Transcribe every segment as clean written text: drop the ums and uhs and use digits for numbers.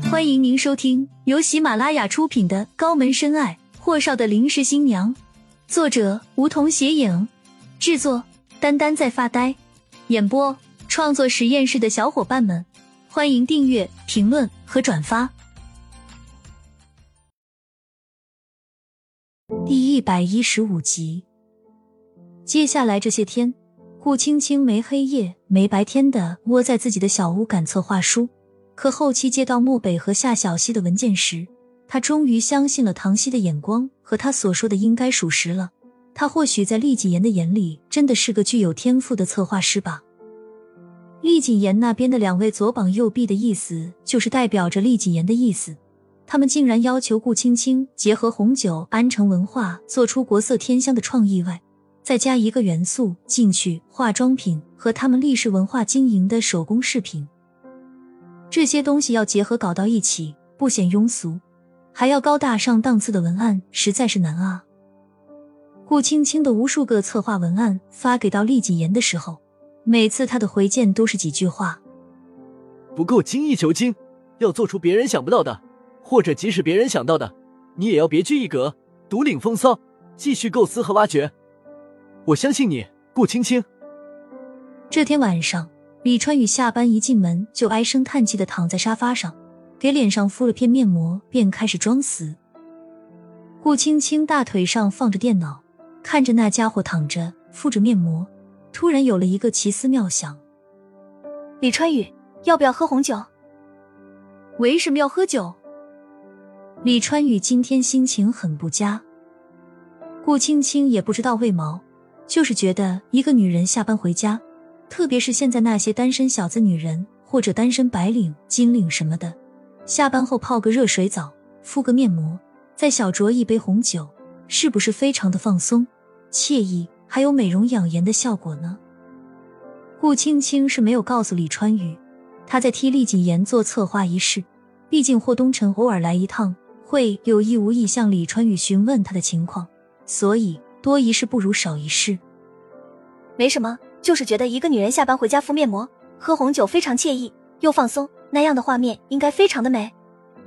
欢迎您收听由喜马拉雅出品的《高门深爱：霍少的临时新娘》，作者梧桐斜影，制作丹丹在发呆，演播创作实验室的小伙伴们，欢迎订阅、评论和转发。第115集。接下来这些天，顾青青没黑夜没白天的窝在自己的小屋赶策划书，可后期接到漠北和夏小溪的文件时，他终于相信了唐熙的眼光和他所说的应该属实了。他或许在厉谨言的眼里真的是个具有天赋的策划师吧。厉谨言那边的2位左膀右臂的意思就是代表着厉谨言的意思，他们竟然要求顾青青结合红酒、安城文化做出国色天香的创意外，再加一个元素进去，化妆品和他们历史文化经营的手工饰品。这些东西要结合搞到一起，不显庸俗，还要高大上档次的文案，实在是难啊。顾青青的无数个策划文案发给到厉谨言的时候，每次他的回见都是几句话： 不够精益求精，要做出别人想不到的，或者即使别人想到的，你也要别具一格，独领风骚，继续构思和挖掘。我相信你，顾青青。 这天晚上，李川宇下班一进门就唉声叹气地躺在沙发上，给脸上敷了片面膜，便开始装死。顾青青大腿上放着电脑，看着那家伙躺着敷着面膜，突然有了一个奇思妙想： 李川宇，要不要喝红酒？ 为什么要喝酒？李川宇今天心情很不佳。顾青青也不知道为毛，就是觉得一个女人下班回家，特别是现在那些单身小子女人或者单身白领、金领什么的，下班后泡个热水澡，敷个面膜，再小酌一杯红酒，是不是非常的放松、惬意，还有美容养颜的效果呢？顾青青是没有告诉李川宇，他在替厉谨言做策划一事，毕竟霍东辰偶尔来一趟，会有意无意向李川宇询问他的情况，所以多一事不如少一事。 没什么，就是觉得一个女人下班回家敷面膜、喝红酒非常惬意又放松，那样的画面应该非常的美。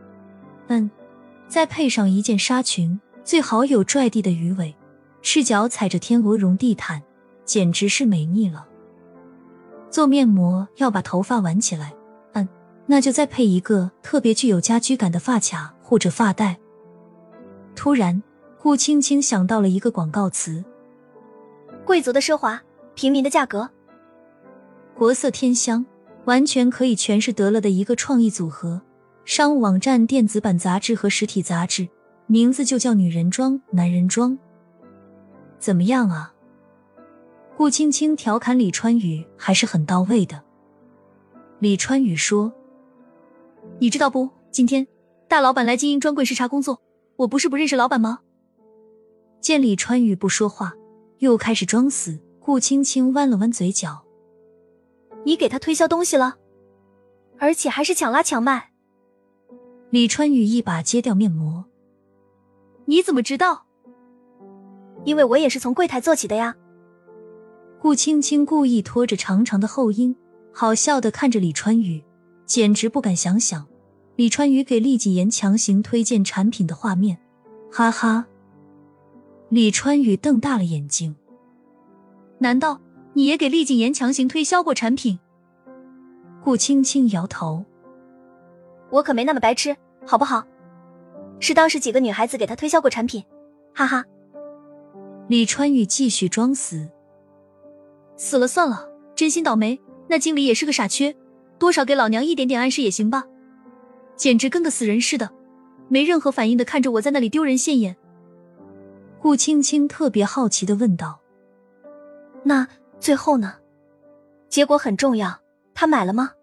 再配上一件纱裙，最好有拽地的鱼尾，赤脚踩着天鹅绒地毯，简直是美腻了。做面膜要把头发挽起来，那就再配一个特别具有家居感的发卡或者发带。突然，顾青青想到了一个广告词： 贵族的奢华，平民的价格， 国色天香，完全可以诠释得了的一个创意组合。商务网站、电子版杂志和实体杂志，名字就叫女人装、男人装。怎么样啊？顾青青调侃李川宇还是很到位的。李川宇说：你知道不，今天大老板来经营专柜视察工作，我不是不认识老板吗？见李川宇不说话，又开始装死，顾青青弯了弯嘴角。 你给他推销东西了，而且还是抢拉抢卖。 李川宇一把揭掉面膜。你怎么知道？ 因为我也是从柜台做起的呀。 顾青青故意拖着长长的后音，好笑地看着李川宇，简直不敢想想李川宇给厉谨言强行推荐产品的画面，哈哈。李川宇瞪大了眼睛。难道你也给厉谨言强行推销过产品？顾青青摇头。 我可没那么白痴，好不好？是当时几个女孩子给他推销过产品，哈哈。 李川宇继续装死。死了算了，真心倒霉，那经理也是个傻缺，多少给老娘一点点暗示也行吧。简直跟个死人似的，没任何反应的看着我在那里丢人现眼。顾青青特别好奇地问道： 那最后呢？结果很重要，他买了吗？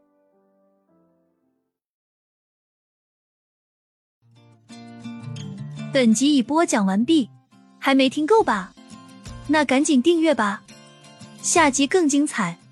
本集已播讲完毕，还没听够吧？那赶紧订阅吧，下集更精彩。